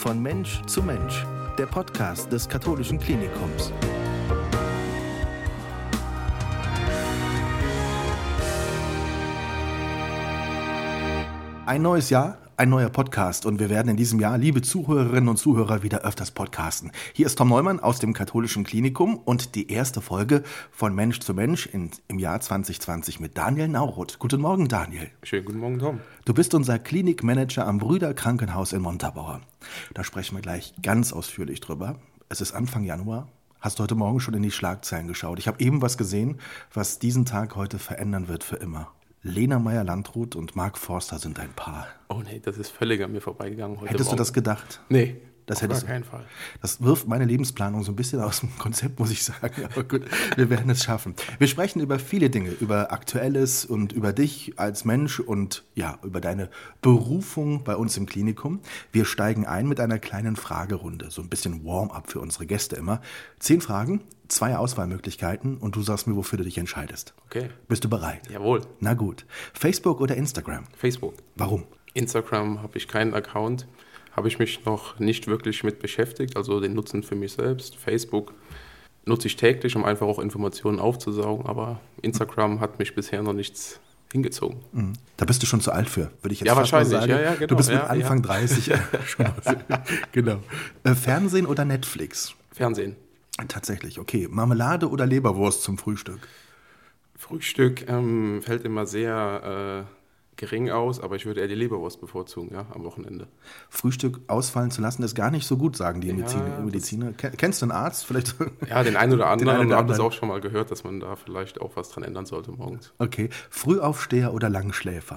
Von Mensch zu Mensch, der Podcast des Katholischen Klinikums. Ein neues Jahr, ein neuer Podcast und wir werden in diesem Jahr, liebe Zuhörerinnen und Zuhörer, wieder öfters podcasten. Hier ist Tom Neumann aus dem Katholischen Klinikum und die erste Folge von Mensch zu Mensch im Jahr 2020 mit Daniel Nauroth. Guten Morgen, Daniel. Schönen guten Morgen, Tom. Du bist unser Klinikmanager am Brüderkrankenhaus in Montabaur. Da sprechen wir gleich ganz ausführlich drüber. Es ist Anfang Januar. Hast du heute Morgen schon in die Schlagzeilen geschaut? Ich habe eben was gesehen, was diesen Tag heute verändern wird für immer. Lena Meyer-Landrut und Mark Forster sind ein Paar. Oh nee, das ist völlig an mir vorbeigegangen heute Hättest Morgen. du das gedacht? Nee, das auf gar hättest keinen Fall. Das wirft meine Lebensplanung so ein bisschen aus dem Konzept, muss ich sagen. Aber gut, wir werden es schaffen. Wir sprechen über viele Dinge, über Aktuelles und über dich als Mensch und ja, über deine Berufung bei uns im Klinikum. Wir steigen ein mit einer kleinen Fragerunde, so ein bisschen Warm-up für unsere Gäste immer. 10 Fragen, 2 Auswahlmöglichkeiten und du sagst mir, wofür du dich entscheidest. Okay. Bist du bereit? Jawohl. Na gut. Facebook oder Instagram? Facebook. Warum? Instagram habe ich keinen Account, habe ich mich noch nicht wirklich mit beschäftigt, also den Nutzen für mich selbst. Facebook nutze ich täglich, um einfach auch Informationen aufzusaugen, aber Instagram hat mich bisher noch nichts hingezogen. Da bist du schon zu alt für, würde ich jetzt Ja, fast mal wahrscheinlich. sagen. Ja, genau. Du bist mit Ja, Anfang 30 schon aus. Genau. Fernsehen oder Netflix? Fernsehen. Tatsächlich, okay. Marmelade oder Leberwurst zum Frühstück? Frühstück fällt immer sehr gering aus, aber ich würde eher die Leberwurst bevorzugen, ja, am Wochenende. Frühstück ausfallen zu lassen ist gar nicht so gut, sagen die Mediziner. Kennst du einen Arzt? Vielleicht? Ja, den einen oder anderen. einen oder Ich habe das anderen. auch schon mal gehört, dass man da vielleicht auch was dran ändern sollte morgens. Okay. Frühaufsteher oder Langschläfer?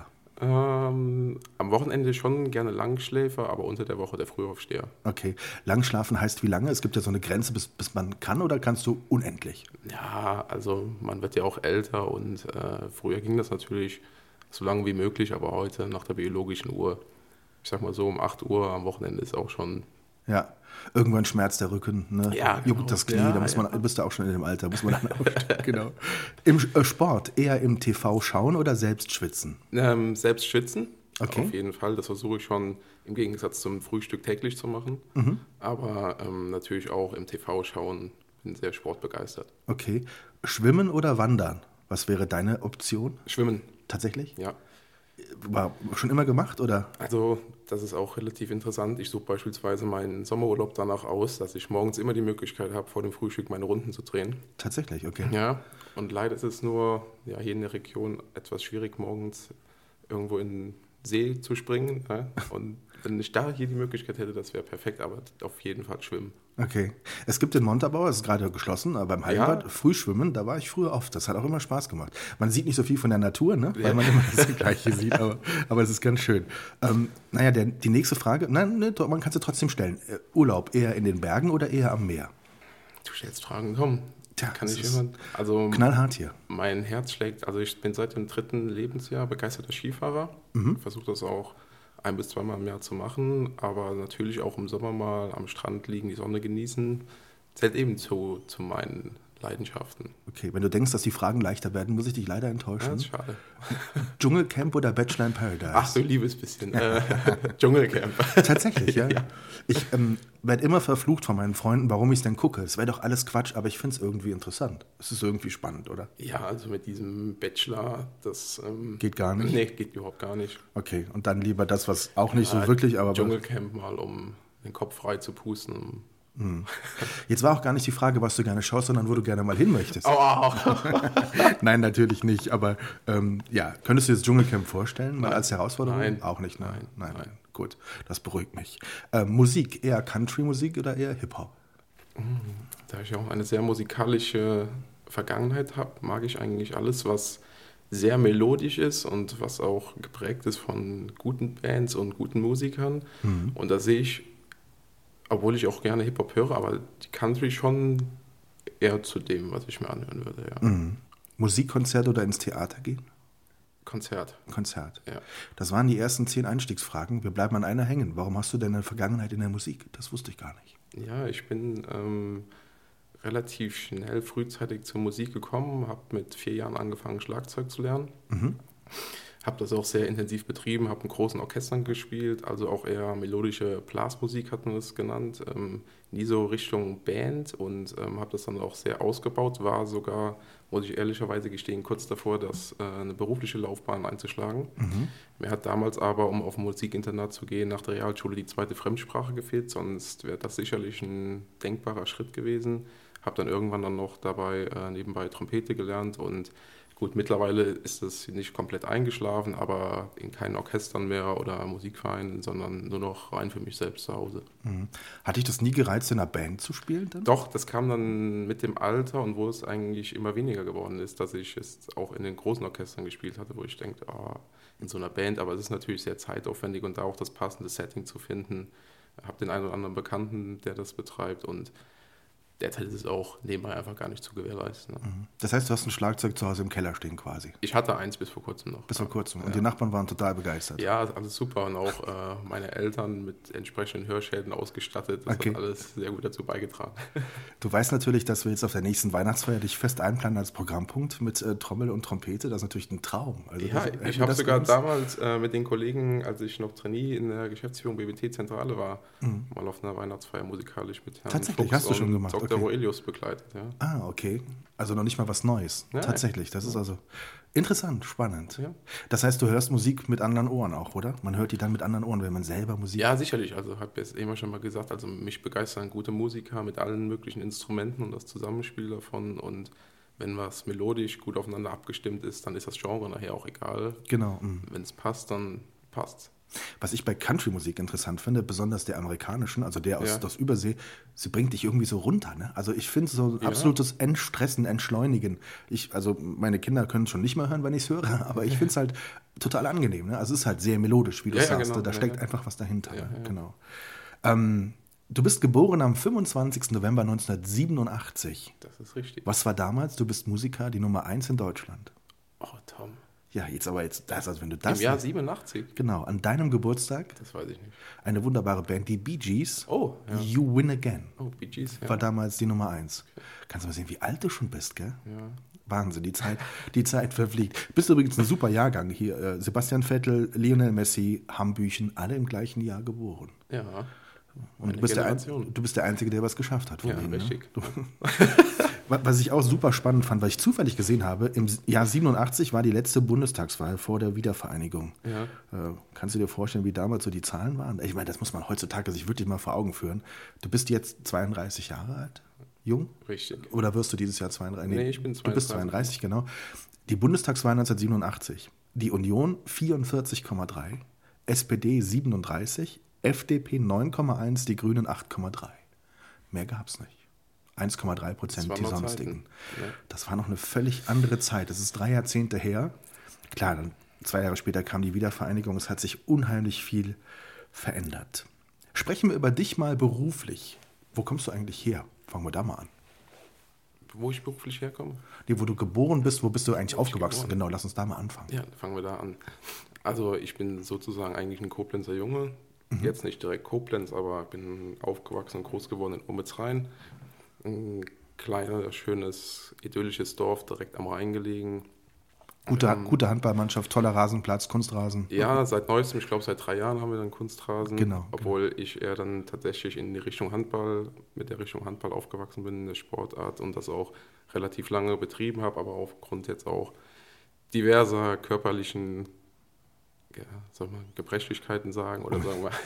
Am Wochenende schon gerne Langschläfer, aber unter der Woche der Frühaufsteher. Okay. Langschlafen heißt wie lange? Es gibt ja so eine Grenze, bis man kann, oder kannst du unendlich? Ja, also man wird ja auch älter und früher ging das natürlich so lange wie möglich, aber heute nach der biologischen Uhr, ich sag mal so um 8 Uhr am Wochenende ist auch schon... Ja, irgendwann schmerzt der Rücken, ne? Ja, genau. Juckt das Knie, Ja, da muss man, bist du auch schon in dem Alter, muss man dann aufstehen. Genau. Im Sport eher im TV schauen oder selbst schwitzen? Selbst schwitzen, Okay. auf jeden Fall. Das versuche ich schon im Gegensatz zum Frühstück täglich zu machen. Aber natürlich auch im TV schauen, bin sehr sportbegeistert. Okay. Schwimmen oder wandern? Was wäre deine Option? Schwimmen, Tatsächlich? ja. War schon immer gemacht, oder? Also das ist auch relativ interessant. Ich suche beispielsweise meinen Sommerurlaub danach aus, dass ich morgens immer die Möglichkeit habe, vor dem Frühstück meine Runden zu drehen. Tatsächlich, okay. Ja, und leider ist es nur hier in der Region etwas schwierig, morgens irgendwo in den See zu springen. Ja? Und wenn ich da hier die Möglichkeit hätte, das wäre perfekt, aber auf jeden Fall schwimmen. Okay. Es gibt in Montabaur, es ist gerade geschlossen, aber beim Hallenbad, Ja. Frühschwimmen, da war ich früher oft. Das hat auch immer Spaß gemacht. Man sieht nicht so viel von der Natur, ne? Weil man immer das Gleiche sieht, aber es ist ganz schön. Die nächste Frage, man kann sie trotzdem stellen. Urlaub eher in den Bergen oder eher am Meer? Du stellst Fragen, Tom. Tja, Kann das ich ist immer. Also knallhart hier. mein Herz schlägt, also ich bin seit dem 3. Lebensjahr begeisterter Skifahrer. Versuche das auch 1 bis 2 Mal im Jahr zu machen, aber natürlich auch im Sommer mal am Strand liegen, die Sonne genießen, zählt eben zu meinen Leidenschaften. Okay, wenn du denkst, dass die Fragen leichter werden, muss ich dich leider Ja, enttäuschen. das ist schade. Dschungelcamp oder Bachelor in Paradise? Ach, so ein liebes bisschen. Dschungelcamp. Tatsächlich, ja. Ich werde immer verflucht von meinen Freunden, warum ich es denn gucke. Es wäre doch alles Quatsch, aber ich finde es irgendwie interessant. Es ist irgendwie spannend, oder? Ja, also mit diesem Bachelor, das... Geht gar nicht? Nee, geht überhaupt gar nicht. Okay, und dann lieber das, was auch nicht so wirklich, aber... Dschungelcamp mal, um den Kopf frei zu pusten. Jetzt war auch gar nicht die Frage, was du gerne schaust, sondern wo du gerne mal hin möchtest. Oh. Nein, natürlich nicht, aber könntest du dir das Dschungelcamp vorstellen, mal als Herausforderung? Nein. Auch nicht, ne? Nein. Gut, das beruhigt mich. Musik, eher Country-Musik oder eher Hip-Hop? Da ich auch eine sehr musikalische Vergangenheit habe, mag ich eigentlich alles, was sehr melodisch ist und was auch geprägt ist von guten Bands und guten Musikern. Und da sehe ich, obwohl ich auch gerne Hip-Hop höre, aber die Country schon eher zu dem, was ich mir anhören würde. Ja. Musikkonzert oder ins Theater gehen? Konzert. Ja. Das waren die ersten 10 Einstiegsfragen. Wir bleiben an einer hängen. Warum hast du denn eine Vergangenheit in der Musik? Das wusste ich gar nicht. Ja, ich bin relativ schnell, frühzeitig zur Musik gekommen, habe mit 4 Jahren angefangen, Schlagzeug zu lernen. Habe das auch sehr intensiv betrieben, habe in großen Orchestern gespielt, also auch eher melodische Blasmusik hat man das genannt, nie so Richtung Band und habe das dann auch sehr ausgebaut, war sogar, muss ich ehrlicherweise gestehen, kurz davor, eine berufliche Laufbahn einzuschlagen. Mhm. Mir hat damals aber, um auf ein Musikinternat zu gehen, nach der Realschule die zweite Fremdsprache gefehlt, sonst wäre das sicherlich ein denkbarer Schritt gewesen. Habe dann irgendwann dann noch dabei nebenbei Trompete gelernt und gut, mittlerweile ist das nicht komplett eingeschlafen, aber in keinen Orchestern mehr oder Musikvereinen, sondern nur noch rein für mich selbst zu Hause. Mhm. Hat dich das nie gereizt, in einer Band zu spielen dann? Doch, das kam dann mit dem Alter und wo es eigentlich immer weniger geworden ist, dass ich es auch in den großen Orchestern gespielt hatte, wo ich denke, in so einer Band, aber es ist natürlich sehr zeitaufwendig und da auch das passende Setting zu finden. Ich habe den einen oder anderen Bekannten, der das betreibt und derzeit ist es auch nebenbei einfach gar nicht zu gewährleisten. Ne? Das heißt, du hast ein Schlagzeug zu Hause im Keller stehen quasi? Ich hatte eins bis vor kurzem noch. Bis vor kurzem. Und Ja. die Nachbarn waren total begeistert? Ja, alles super und auch meine Eltern mit entsprechenden Hörschäden ausgestattet. Das Okay. hat alles sehr gut dazu beigetragen. Du weißt natürlich, dass wir jetzt auf der nächsten Weihnachtsfeier dich fest einplanen als Programmpunkt mit Trommel und Trompete. Das ist natürlich ein Traum. Also Ja, hätten ich wir habe das sogar gewusst? damals mit den Kollegen, als ich noch Trainee in der Geschäftsführung BWT-Zentrale war, mal auf einer Weihnachtsfeier musikalisch mit Herrn Tatsächlich, Fuchs hast du schon und gemacht, Dr. okay. Roelius begleitet. Ja. Ah, okay. Also noch nicht mal was Neues. Ja, Tatsächlich. Das ist also interessant, spannend. Ja. Das heißt, du hörst Musik mit anderen Ohren auch, oder? Man hört die dann mit anderen Ohren, wenn man selber Musik... Ja, sicherlich. Also habe ich es immer schon mal gesagt, also mich begeistern gute Musiker mit allen möglichen Instrumenten und das Zusammenspiel davon und wenn was melodisch gut aufeinander abgestimmt ist, dann ist das Genre nachher auch egal. Genau. Wenn es passt, dann passt. Was ich bei Country-Musik interessant finde, besonders der amerikanischen, also der Ja. aus Übersee, sie bringt dich irgendwie so runter. Ne? Also ich finde so ein Ja. absolutes Entstressen, Entschleunigen. Also meine Kinder können es schon nicht mehr hören, wenn ich es höre, aber ich finde es halt total angenehm. Ne? Also es ist halt sehr melodisch, wie du Ja, ja, sagst. genau. Da Ja, steckt ja. einfach was dahinter. Ja, ne? ja. Genau. Du bist geboren am 25. November 1987. Das ist richtig. Was war damals? Du bist Musiker, die Nummer 1 in Deutschland. Oh, Tom. Ja, also wenn du das... Im Jahr 87? Genau, an deinem Geburtstag Das weiß ich nicht. eine wunderbare Band, die Bee Gees. Oh, ja. You Win Again Oh, Bee Gees, ja. war damals die Nummer 1. Kannst du mal sehen, wie alt du schon bist, gell? Ja. Wahnsinn, die Zeit verfliegt. Bist übrigens ein super Jahrgang hier. Sebastian Vettel, Lionel Messi, Hambüchen, alle im gleichen Jahr geboren. Ja. Und Eine du bist der Einzige, der was geschafft hat von Ja, denen. richtig. Ne? Was ich auch super spannend fand, weil ich zufällig gesehen habe, im Jahr 87 war die letzte Bundestagswahl vor der Wiedervereinigung. Ja. Kannst du dir vorstellen, wie damals so die Zahlen waren? Ich meine, das muss man heutzutage sich wirklich mal vor Augen führen. Du bist jetzt 32 Jahre alt? Jung? Richtig. Oder wirst du dieses Jahr 32? Nee, ich bin Du bist 32, genau. Die Bundestagswahl 1987. Die Union 44,3, SPD 37, FDP 9,1, die Grünen 8,3. Mehr gab es nicht. 1,3% die noch sonstigen. Zeiten. Ja. Das war noch eine völlig andere Zeit. Das ist 3 Jahrzehnte her. Klar, dann 2 Jahre später kam die Wiedervereinigung. Es hat sich unheimlich viel verändert. Sprechen wir über dich mal beruflich. Wo kommst du eigentlich her? Fangen wir da mal an. Wo ich beruflich herkomme? Nee, wo du geboren bist, wo bist du eigentlich aufgewachsen? geboren? Genau, lass uns da mal anfangen. Ja, fangen wir da an. Also ich bin sozusagen eigentlich ein Koblenzer Junge. Jetzt nicht direkt Koblenz, aber bin aufgewachsen und groß geworden in Omitzrhein. Ein kleines, schönes, idyllisches Dorf direkt am Rhein gelegen. Gute Handballmannschaft, toller Rasenplatz, Kunstrasen. Ja, seit neuestem, ich glaube seit 3 Jahren haben wir dann Kunstrasen. Genau, Obwohl ich eher dann tatsächlich in die Richtung Handball, mit der Richtung Handball aufgewachsen bin, in der Sportart und das auch relativ lange betrieben habe, aber aufgrund jetzt auch diverser körperlichen, ja, soll man Gebrechlichkeiten sagen oder sagen wir,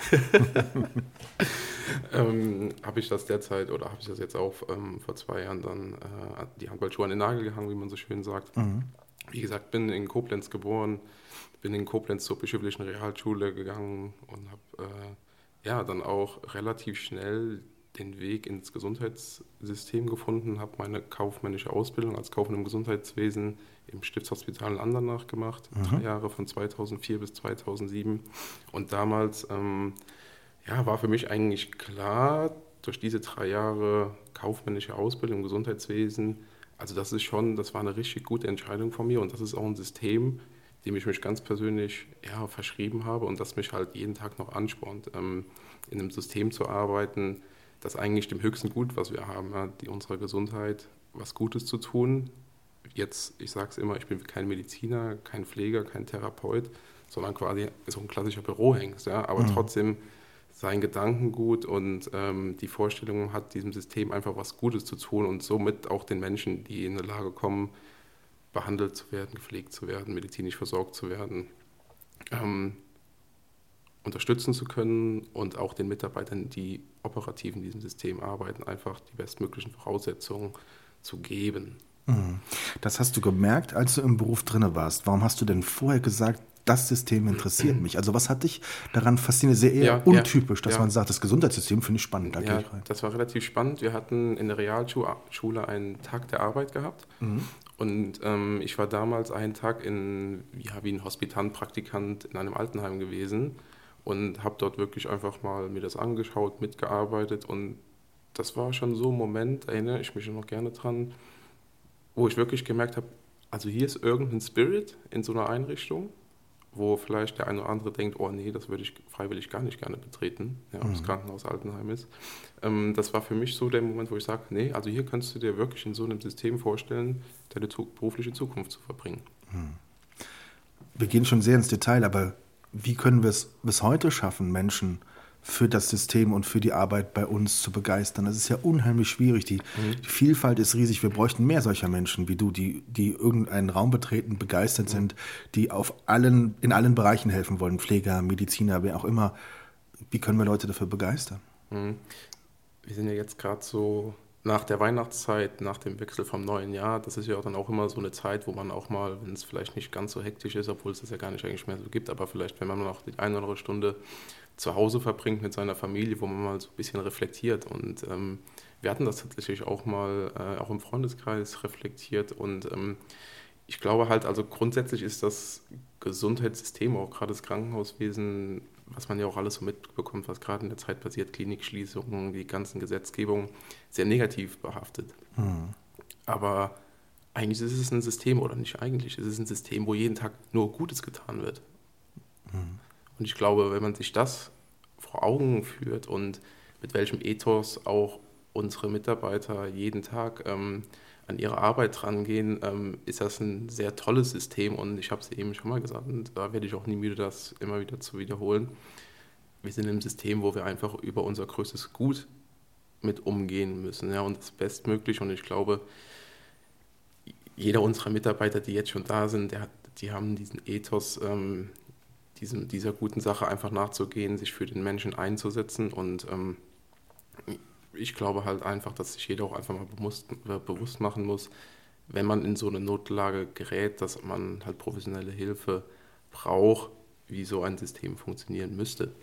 habe ich das derzeit oder habe ich das jetzt auch vor 2 Jahren dann die Handballschuhe an den Nagel gehangen, wie man so schön sagt. Wie gesagt, bin in Koblenz geboren, bin in Koblenz zur bischöflichen Realschule gegangen und habe dann auch relativ schnell den Weg ins Gesundheitssystem gefunden, habe meine kaufmännische Ausbildung als Kaufmann im Gesundheitswesen im Stiftshospital in Andernach gemacht, 3 Jahre von 2004 bis 2007. Und damals war für mich eigentlich klar, durch diese 3 Jahre kaufmännische Ausbildung im Gesundheitswesen, also das war eine richtig gute Entscheidung von mir und das ist auch ein System, dem ich mich ganz persönlich verschrieben habe und das mich halt jeden Tag noch anspornt, in einem System zu arbeiten, das eigentlich dem höchsten Gut, was wir haben, unserer Gesundheit, was Gutes zu tun. jetzt, ich sage es immer, ich bin kein Mediziner, kein Pfleger, kein Therapeut, sondern quasi so ein klassischer Bürohengst, ja, aber trotzdem sein Gedankengut und die Vorstellung hat, diesem System einfach was Gutes zu tun und somit auch den Menschen, die in eine Lage kommen, behandelt zu werden, gepflegt zu werden, medizinisch versorgt zu werden, unterstützen zu können und auch den Mitarbeitern, die operativ in diesem System arbeiten, einfach die bestmöglichen Voraussetzungen zu geben. Das hast du gemerkt, als du im Beruf drin warst. Warum hast du denn vorher gesagt, das System interessiert mich? Also was hat dich daran fasziniert? Sehr eher untypisch, dass man sagt, das Gesundheitssystem finde ich spannend, da gehe ich rein. Das war relativ spannend. Wir hatten in der Realschule einen Tag der Arbeit gehabt und ich war damals einen Tag wie ein Hospitant, Praktikant in einem Altenheim gewesen und habe dort wirklich einfach mal mir das angeschaut, mitgearbeitet und das war schon so ein Moment, erinnere ich mich noch gerne dran, wo ich wirklich gemerkt habe, also hier ist irgendein Spirit in so einer Einrichtung, wo vielleicht der eine oder andere denkt, oh nee, das würde ich freiwillig gar nicht gerne betreten, ob das Krankenhaus Altenheim ist. Das war für mich so der Moment, wo ich sage, nee, also hier kannst du dir wirklich in so einem System vorstellen, deine berufliche Zukunft zu verbringen. Wir gehen schon sehr ins Detail, aber wie können wir es bis heute schaffen, Menschen für das System und für die Arbeit bei uns zu begeistern? Das ist ja unheimlich schwierig. Die Vielfalt ist riesig. Wir bräuchten mehr solcher Menschen wie du, die irgendeinen Raum betreten, begeistert sind, die in allen Bereichen helfen wollen. Pfleger, Mediziner, wer auch immer. Wie können wir Leute dafür begeistern? Wir sind ja jetzt gerade so nach der Weihnachtszeit, nach dem Wechsel vom neuen Jahr. Das ist ja dann auch immer so eine Zeit, wo man auch mal, wenn es vielleicht nicht ganz so hektisch ist, obwohl es das ja gar nicht eigentlich mehr so gibt, aber vielleicht, wenn man noch die eine oder andere Stunde zu Hause verbringt mit seiner Familie, wo man mal so ein bisschen reflektiert. Und wir hatten das tatsächlich auch mal, auch im Freundeskreis reflektiert. Und ich glaube halt, also grundsätzlich ist das Gesundheitssystem, auch gerade das Krankenhauswesen, was man ja auch alles so mitbekommt, was gerade in der Zeit passiert, Klinikschließungen, die ganzen Gesetzgebungen, sehr negativ behaftet. Aber eigentlich ist es ein System, oder nicht eigentlich, es ist ein System, wo jeden Tag nur Gutes getan wird. Und ich glaube, wenn man sich das vor Augen führt und mit welchem Ethos auch unsere Mitarbeiter jeden Tag an ihre Arbeit rangehen, ist das ein sehr tolles System. Und ich habe es eben schon mal gesagt, und da werde ich auch nie müde, das immer wieder zu wiederholen. Wir sind im System, wo wir einfach über unser größtes Gut mit umgehen müssen, ja, und das bestmöglich. Und ich glaube, jeder unserer Mitarbeiter, die jetzt schon da sind, die haben diesen Ethos, dieser guten Sache einfach nachzugehen, sich für den Menschen einzusetzen. Und ich glaube halt einfach, dass sich jeder auch einfach mal bewusst machen muss, wenn man in so eine Notlage gerät, dass man halt professionelle Hilfe braucht, wie so ein System funktionieren müsste.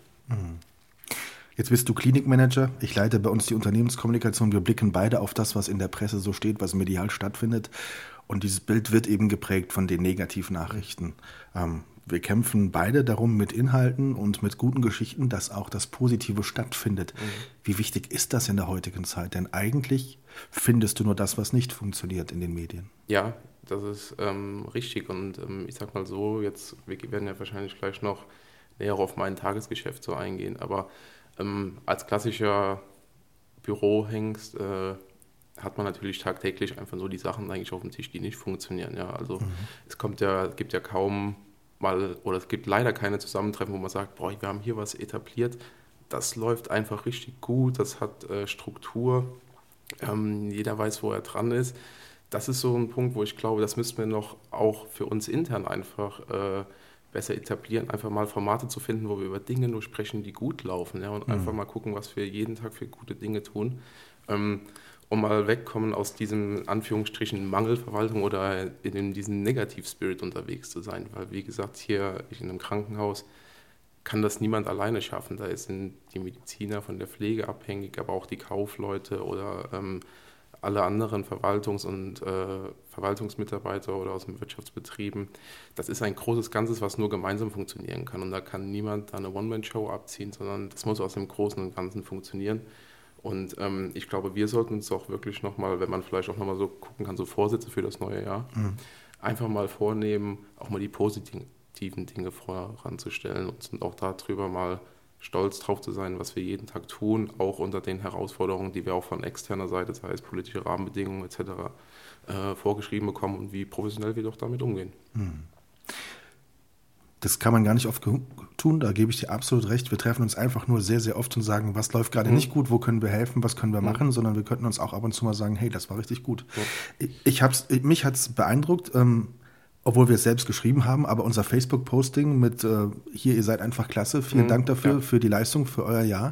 Jetzt bist du Klinikmanager, ich leite bei uns die Unternehmenskommunikation, wir blicken beide auf das, was in der Presse so steht, was medial stattfindet, und dieses Bild wird eben geprägt von den Negativnachrichten. Wir kämpfen beide darum mit Inhalten und mit guten Geschichten, dass auch das Positive stattfindet. Wie wichtig ist das in der heutigen Zeit? Denn eigentlich findest du nur das, was nicht funktioniert in den Medien. Ja, das ist richtig, und ich sag mal so, wir werden ja wahrscheinlich gleich noch näher auf mein Tagesgeschäft so eingehen, aber als klassischer Bürohengst hat man natürlich tagtäglich einfach so die Sachen eigentlich auf dem Tisch, die nicht funktionieren. Ja, also es gibt ja kaum mal, oder es gibt leider keine Zusammentreffen, wo man sagt, boah, wir haben hier was etabliert, das läuft einfach richtig gut, das hat Struktur, jeder weiß, wo er dran ist. Das ist so ein Punkt, wo ich glaube, das müssten wir noch auch für uns intern einfach besser etablieren, einfach mal Formate zu finden, wo wir über Dinge nur sprechen, die gut laufen, ja, und einfach mal gucken, was wir jeden Tag für gute Dinge tun, und mal wegkommen aus diesem Anführungsstrichen Mangelverwaltung oder in diesem Negativ-Spirit unterwegs zu sein, weil wie gesagt, hier in einem Krankenhaus kann das niemand alleine schaffen, da sind die Mediziner von der Pflege abhängig, aber auch die Kaufleute oder alle anderen Verwaltungsmitarbeiter oder aus den Wirtschaftsbetrieben. Das ist ein großes Ganzes, was nur gemeinsam funktionieren kann. Und da kann niemand eine One-Man-Show abziehen, sondern das muss aus dem Großen und Ganzen funktionieren. Und ich glaube, wir sollten uns auch wirklich nochmal, wenn man vielleicht auch nochmal so gucken kann, so Vorsätze für das neue Jahr, einfach mal vornehmen, auch mal die positiven Dinge voranzustellen und auch darüber mal stolz drauf zu sein, was wir jeden Tag tun, auch unter den Herausforderungen, die wir auch von externer Seite, das heißt politische Rahmenbedingungen etc., vorgeschrieben bekommen und wie professionell wir doch damit umgehen. Das kann man gar nicht oft tun, da gebe ich dir absolut recht. Wir treffen uns einfach nur sehr, sehr oft und sagen, was läuft gerade nicht gut, wo können wir helfen, was können wir machen, sondern wir könnten uns auch ab und zu mal sagen, hey, das war richtig gut. Mich hat es beeindruckt, obwohl wir es selbst geschrieben haben, aber unser Facebook-Posting mit hier, ihr seid einfach klasse, vielen Dank dafür, für die Leistung, für euer Jahr.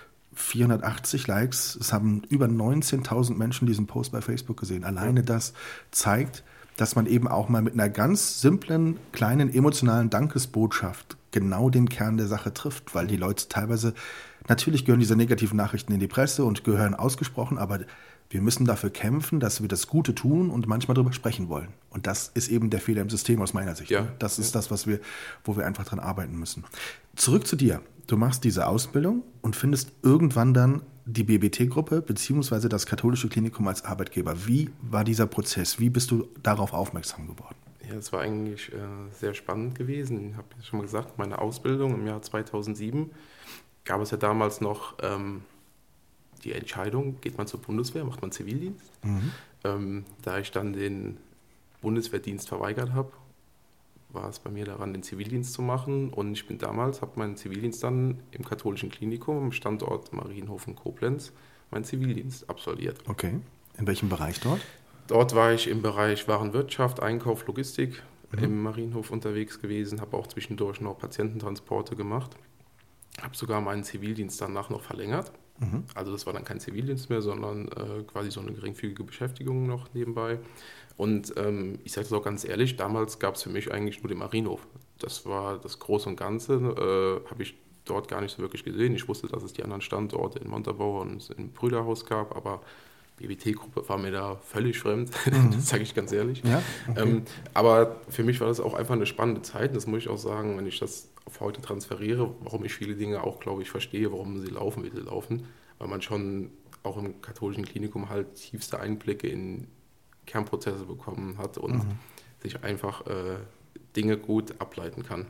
480 Likes, es haben über 19.000 Menschen diesen Post bei Facebook gesehen. Alleine das zeigt, dass man eben auch mal mit einer ganz simplen, kleinen, emotionalen Dankesbotschaft genau den Kern der Sache trifft, weil die Leute teilweise, natürlich gehören diese negativen Nachrichten in die Presse und gehören ausgesprochen, aber wir müssen dafür kämpfen, dass wir das Gute tun und manchmal darüber sprechen wollen. Und das ist eben der Fehler im System aus meiner Sicht. Ja, das ist das, wo wir einfach dran arbeiten müssen. Zurück zu dir. Du machst diese Ausbildung und findest irgendwann dann die BBT-Gruppe bzw. das Katholische Klinikum als Arbeitgeber. Wie war dieser Prozess? Wie bist du darauf aufmerksam geworden? Ja, es war eigentlich sehr spannend gewesen. Ich habe ja schon mal gesagt, meine Ausbildung im Jahr 2007 gab es ja damals noch die Entscheidung, geht man zur Bundeswehr, macht man Zivildienst. Da ich dann den Bundeswehrdienst verweigert habe, war es bei mir daran, den Zivildienst zu machen. Und ich bin damals, habe meinen Zivildienst dann im katholischen Klinikum, am Standort Marienhof in Koblenz, meinen Zivildienst absolviert. Okay. In welchem Bereich dort? Dort war ich im Bereich Warenwirtschaft, Einkauf, Logistik im Marienhof unterwegs gewesen, habe auch zwischendurch noch Patiententransporte gemacht, habe sogar meinen Zivildienst danach noch verlängert. Also das war dann kein Zivildienst mehr, sondern quasi so eine geringfügige Beschäftigung noch nebenbei. Und ich sage es auch ganz ehrlich, damals gab es für mich eigentlich nur den Marienhof. Das war das Große und Ganze, habe ich dort gar nicht so wirklich gesehen. Ich wusste, dass es die anderen Standorte in Montabaur und im Brüderhaus gab, aber BBT-Gruppe war mir da völlig fremd, das sage ich ganz ehrlich. Ja? Okay. Aber für mich war das auch einfach eine spannende Zeit und das muss ich auch sagen, wenn ich das auf heute transferiere, warum ich viele Dinge auch, glaube ich, verstehe, warum sie laufen, wie sie laufen, weil man schon auch im katholischen Klinikum halt tiefste Einblicke in Kernprozesse bekommen hat und sich einfach Dinge gut ableiten kann.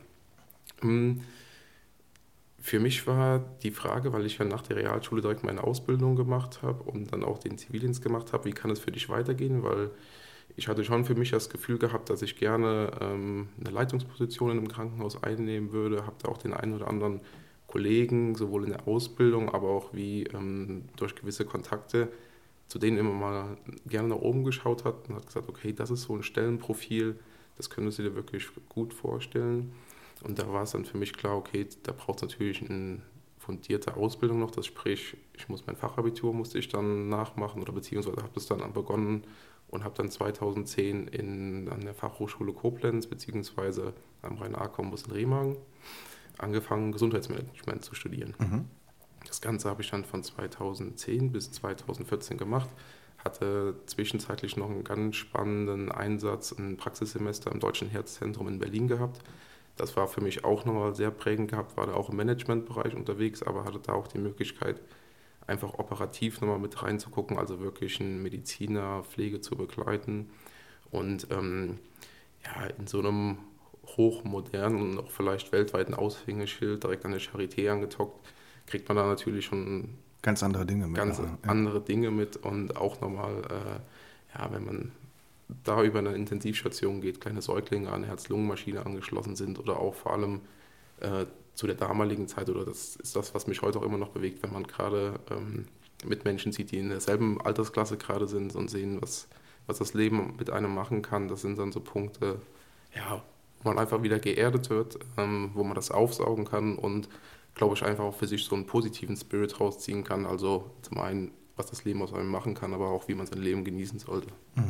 Für mich war die Frage, weil ich ja nach der Realschule direkt meine Ausbildung gemacht habe und dann auch den Zivildienst gemacht habe, wie kann es für dich weitergehen? Weil ich hatte schon für mich das Gefühl gehabt, dass ich gerne eine Leitungsposition in einem Krankenhaus einnehmen würde, habe da auch den einen oder anderen Kollegen, sowohl in der Ausbildung, aber auch wie durch gewisse Kontakte, zu denen immer mal gerne nach oben geschaut hat und hat gesagt, okay, das ist so ein Stellenprofil, das könntest du dir wirklich gut vorstellen. Und da war es dann für mich klar, okay, da braucht es natürlich eine fundierte Ausbildung noch, das sprich, ich muss mein Fachabitur musste ich dann nachmachen oder beziehungsweise habe das dann begonnen und habe dann 2010 an der Fachhochschule Koblenz beziehungsweise am Rhein-A-Campus in Remagen angefangen, Gesundheitsmanagement zu studieren. Das Ganze habe ich dann von 2010 bis 2014 gemacht, hatte zwischenzeitlich noch einen ganz spannenden Einsatz, ein Praxissemester im Deutschen Herzzentrum in Berlin gehabt. Das war für mich auch nochmal sehr prägend gehabt, war da auch im Managementbereich unterwegs, aber hatte da auch die Möglichkeit, einfach operativ nochmal mit reinzugucken, also wirklich einen Mediziner, Pflege zu begleiten. Und in so einem hochmodernen und auch vielleicht weltweiten Aushängeschild direkt an der Charité angedockt, kriegt man da natürlich schon ganz andere Dinge mit. Andere Dinge mit und auch nochmal, wenn man da über eine Intensivstation geht, kleine Säuglinge an eine Herz-Lungen-Maschine angeschlossen sind oder auch vor allem zu der damaligen Zeit, oder das ist das, was mich heute auch immer noch bewegt, wenn man gerade mit Menschen sieht, die in derselben Altersklasse gerade sind und sehen, was das Leben mit einem machen kann. Das sind dann so Punkte, wo man einfach wieder geerdet wird, wo man das aufsaugen kann und, glaube ich, einfach auch für sich so einen positiven Spirit rausziehen kann. Also zum einen, was das Leben aus einem machen kann, aber auch, wie man sein Leben genießen sollte.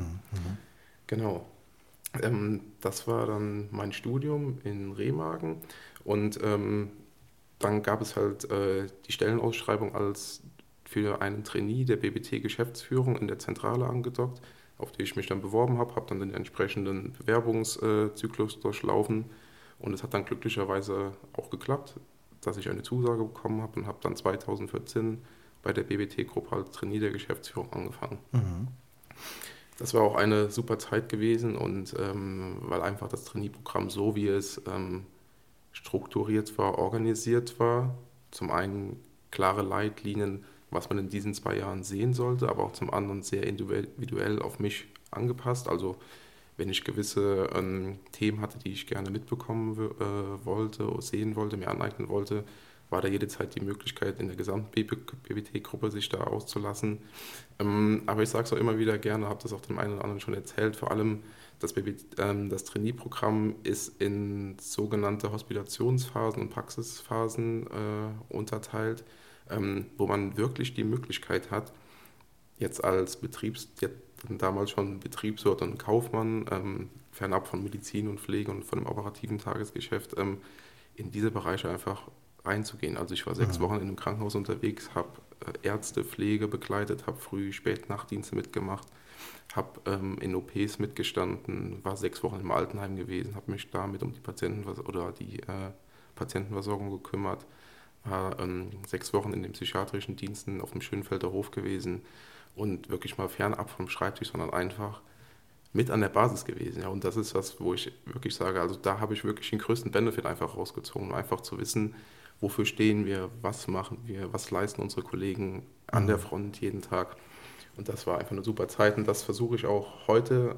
Genau. Das war dann mein Studium in Remagen und dann gab es halt die Stellenausschreibung für einen Trainee der BBT-Geschäftsführung in der Zentrale angedockt, auf die ich mich dann beworben habe, habe dann den entsprechenden Bewerbungszyklus durchlaufen und es hat dann glücklicherweise auch geklappt, dass ich eine Zusage bekommen habe und habe dann 2014 bei der BBT-Gruppe als Trainee der Geschäftsführung angefangen. Das war auch eine super Zeit gewesen und weil einfach das Trainee-Programm so, wie es strukturiert war, organisiert war, zum einen klare Leitlinien, was man in diesen 2 Jahren sehen sollte, aber auch zum anderen sehr individuell auf mich angepasst. Also wenn ich gewisse Themen hatte, die ich gerne mitbekommen wollte, sehen wollte, mir aneignen wollte, war da jederzeit die Möglichkeit, in der gesamten BBT-Gruppe sich da auszulassen. Aber ich sage es auch immer wieder gerne, habe das auch dem einen oder anderen schon erzählt, vor allem das Trainee-Programm ist in sogenannte Hospitationsphasen und Praxisphasen unterteilt, wo man wirklich die Möglichkeit hat, jetzt damals schon Betriebswirt und Kaufmann, fernab von Medizin und Pflege und von dem operativen Tagesgeschäft, in diese Bereiche einfach reinzugehen. Also ich war 6 Wochen in einem Krankenhaus unterwegs, habe Ärzte, Pflege begleitet, habe Früh-, Spät-, Nachtdienste mitgemacht, habe in OPs mitgestanden, war 6 Wochen im Altenheim gewesen, habe mich damit um die Patientenversorgung gekümmert, war 6 Wochen in den psychiatrischen Diensten auf dem Schönfelder Hof gewesen und wirklich mal fernab vom Schreibtisch, sondern einfach mit an der Basis gewesen. Ja, und das ist was, wo ich wirklich sage, also da habe ich wirklich den größten Benefit einfach rausgezogen, einfach zu wissen, wofür stehen wir, was machen wir, was leisten unsere Kollegen an der Front jeden Tag. Und das war einfach eine super Zeit und das versuche ich auch heute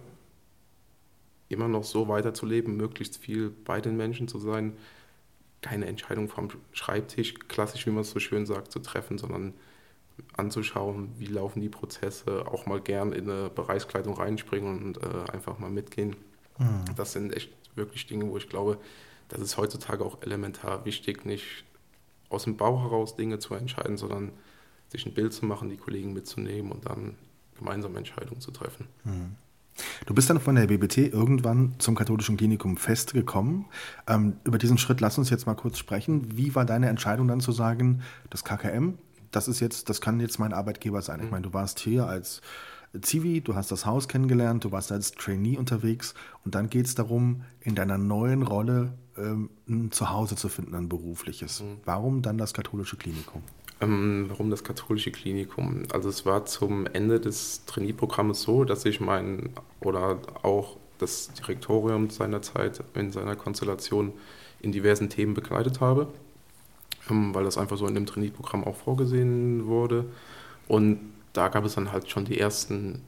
immer noch so weiterzuleben, möglichst viel bei den Menschen zu sein, keine Entscheidung vom Schreibtisch, klassisch, wie man es so schön sagt, zu treffen, sondern anzuschauen, wie laufen die Prozesse, auch mal gern in eine Bereichskleidung reinspringen und einfach mal mitgehen. Das sind echt wirklich Dinge, wo ich glaube, das ist heutzutage auch elementar wichtig, nicht aus dem Bauch heraus Dinge zu entscheiden, sondern sich ein Bild zu machen, die Kollegen mitzunehmen und dann gemeinsam Entscheidungen zu treffen. Du bist dann von der BBT irgendwann zum katholischen Klinikum Feste gekommen. Über diesen Schritt lass uns jetzt mal kurz sprechen. Wie war deine Entscheidung dann zu sagen, das KKM, das kann jetzt mein Arbeitgeber sein? Ich meine, du warst hier als Zivi, du hast das Haus kennengelernt, du warst als Trainee unterwegs und dann geht es darum, in deiner neuen Rolle ein Zuhause zu finden, ein berufliches. Warum dann das katholische Klinikum? Warum das katholische Klinikum? Also es war zum Ende des Trainee-Programmes so, dass ich oder auch das Direktorium seinerzeit in seiner Konstellation in diversen Themen begleitet habe, weil das einfach so in dem Trainee-Programm auch vorgesehen wurde. Und da gab es dann halt schon die ersten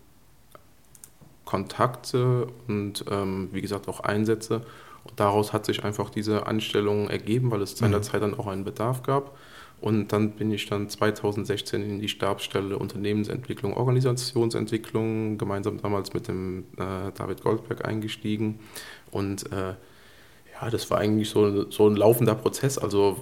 Kontakte und wie gesagt auch Einsätze. Und daraus hat sich einfach diese Anstellung ergeben, weil es seinerzeit dann auch einen Bedarf gab. Und dann bin ich dann 2016 in die Stabsstelle Unternehmensentwicklung, Organisationsentwicklung, gemeinsam damals mit dem David Goldberg eingestiegen. Und das war eigentlich so ein laufender Prozess. Also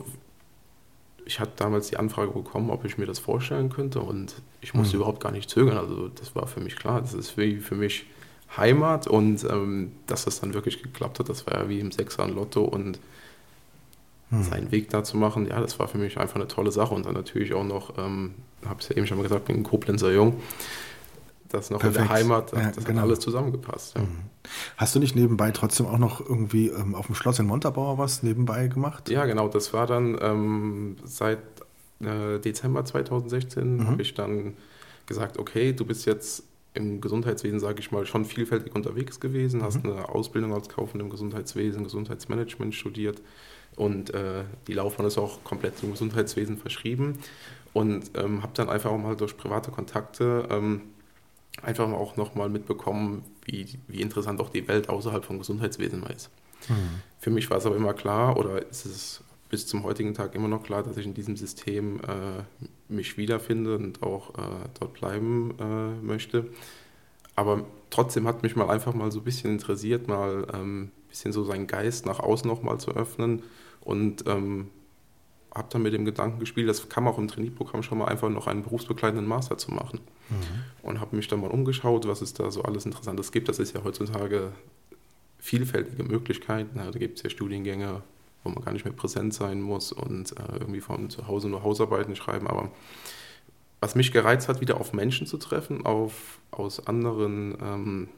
ich hatte damals die Anfrage bekommen, ob ich mir das vorstellen könnte und ich musste überhaupt gar nicht zögern. Also das war für mich klar, das ist für mich Heimat und dass das dann wirklich geklappt hat, das war ja wie im Sechser an Lotto und seinen Weg da zu machen, ja, das war für mich einfach eine tolle Sache und dann natürlich auch noch, habe es ja eben schon mal gesagt, bin ein Koblenzer Jung, das noch perfekt. In der Heimat, das hat alles zusammengepasst. Ja. Hast du nicht nebenbei trotzdem auch noch irgendwie auf dem Schloss in Montabaur was nebenbei gemacht? Ja, genau, das war dann seit Dezember 2016 habe ich dann gesagt, okay, du bist jetzt im Gesundheitswesen, sage ich mal, schon vielfältig unterwegs gewesen, hast eine Ausbildung als Kaufmann im Gesundheitswesen, Gesundheitsmanagement studiert und die Laufbahn ist auch komplett zum Gesundheitswesen verschrieben und habe dann einfach auch mal durch private Kontakte einfach auch nochmal mitbekommen, wie interessant auch die Welt außerhalb vom Gesundheitswesen mal ist. Für mich war es aber immer klar, oder ist es bis zum heutigen Tag immer noch klar, dass ich in diesem System mich wiederfinde und auch dort bleiben möchte. Aber trotzdem hat mich mal einfach mal so ein bisschen interessiert, mal ein bisschen so seinen Geist nach außen noch mal zu öffnen und habe dann mit dem Gedanken gespielt, das kam auch im Trainee-Programm schon mal einfach noch einen berufsbegleitenden Master zu machen. Und habe mich dann mal umgeschaut, was es da so alles Interessantes gibt. Das ist ja heutzutage vielfältige Möglichkeiten. Da gibt es ja Studiengänge, wo man gar nicht mehr präsent sein muss und irgendwie von zu Hause nur Hausarbeiten schreiben. Aber was mich gereizt hat, wieder auf Menschen zu treffen, aus anderen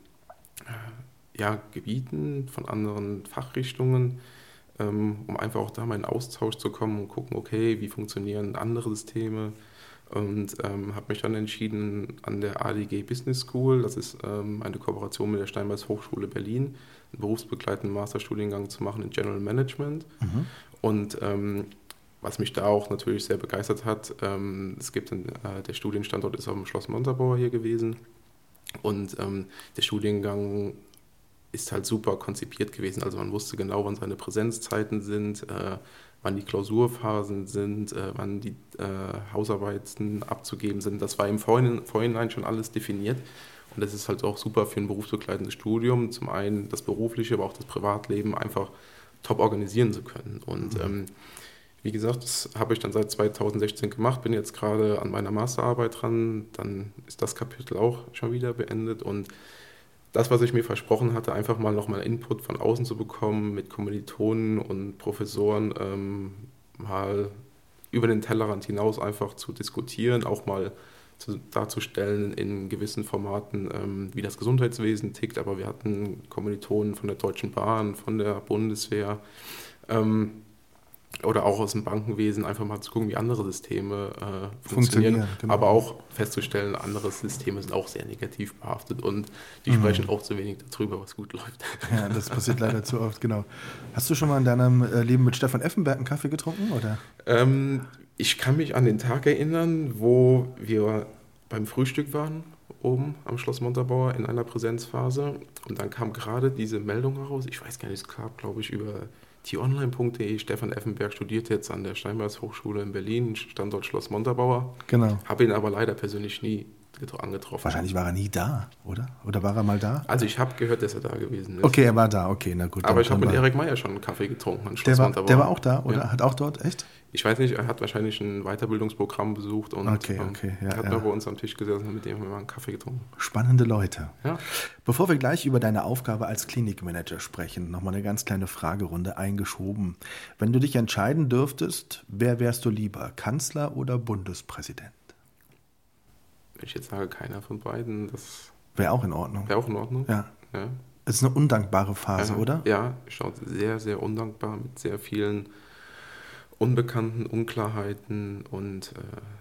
Gebieten, von anderen Fachrichtungen, um einfach auch da mal in Austausch zu kommen und gucken, okay, wie funktionieren andere Systeme. Und habe mich dann entschieden, an der ADG Business School, das ist eine Kooperation mit der Steinbeis Hochschule Berlin, einen berufsbegleitenden Masterstudiengang zu machen in General Management. Und Was mich da auch natürlich sehr begeistert hat, es gibt der Studienstandort ist auf dem Schloss Montabaur hier gewesen und der Studiengang ist halt super konzipiert gewesen. Also man wusste genau, wann seine Präsenzzeiten sind, wann die Klausurphasen sind, wann die Hausarbeiten abzugeben sind. Das war im Vorhinein schon alles definiert. Und das ist halt auch super für ein berufsbegleitendes Studium. Zum einen das berufliche, aber auch das Privatleben einfach top organisieren zu können. Und wie gesagt, das habe ich dann seit 2016 gemacht, bin jetzt gerade an meiner Masterarbeit dran. Dann ist das Kapitel auch schon wieder beendet. Und das, was ich mir versprochen hatte, einfach mal nochmal Input von außen zu bekommen, mit Kommilitonen und Professoren mal über den Tellerrand hinaus einfach zu diskutieren, auch mal darzustellen in gewissen Formaten, wie das Gesundheitswesen tickt. Aber wir hatten Kommilitonen von der Deutschen Bahn, von der Bundeswehr oder auch aus dem Bankenwesen, einfach mal zu gucken, wie andere Systeme funktionieren. Genau. Aber auch festzustellen, andere Systeme sind auch sehr negativ behaftet und die sprechen auch zu wenig darüber, was gut läuft. Ja, das passiert leider zu oft, genau. Hast du schon mal in deinem Leben mit Stefan Effenberg einen Kaffee getrunken, oder? Ich kann mich an den Tag erinnern, wo wir beim Frühstück waren, oben am Schloss Montabaur in einer Präsenzphase. Und dann kam gerade diese Meldung heraus, ich weiß gar nicht, es gab, glaube ich, über t-online.de, Stefan Effenberg studiert jetzt an der Steinbeis Hochschule in Berlin, Standort Schloss Montabaur. Genau. Habe ihn aber leider persönlich nie angetroffen. Wahrscheinlich war er nie da, oder? Oder war er mal da? Also ich habe gehört, dass er da gewesen ist. Okay, er war da, okay, na gut. Aber ich habe mit Erik Meyer schon einen Kaffee getrunken an Schloss Montabaur. Der war auch da, oder? Ja. Hat auch dort, echt? Ich weiß nicht, er hat wahrscheinlich ein Weiterbildungsprogramm besucht und hat mal bei uns am Tisch gesessen und mit dem haben wir mal einen Kaffee getrunken. Spannende Leute. Ja. Bevor wir gleich über deine Aufgabe als Klinikmanager sprechen, nochmal eine ganz kleine Fragerunde eingeschoben. Wenn du dich entscheiden dürftest, wer wärst du lieber, Kanzler oder Bundespräsident? Wenn ich jetzt sage, keiner von beiden, das wäre auch in Ordnung. Wäre auch in Ordnung? Ja. Es ist eine undankbare Phase, oder? Ja, schaut sehr, sehr undankbar mit sehr vielen Unbekannten, Unklarheiten und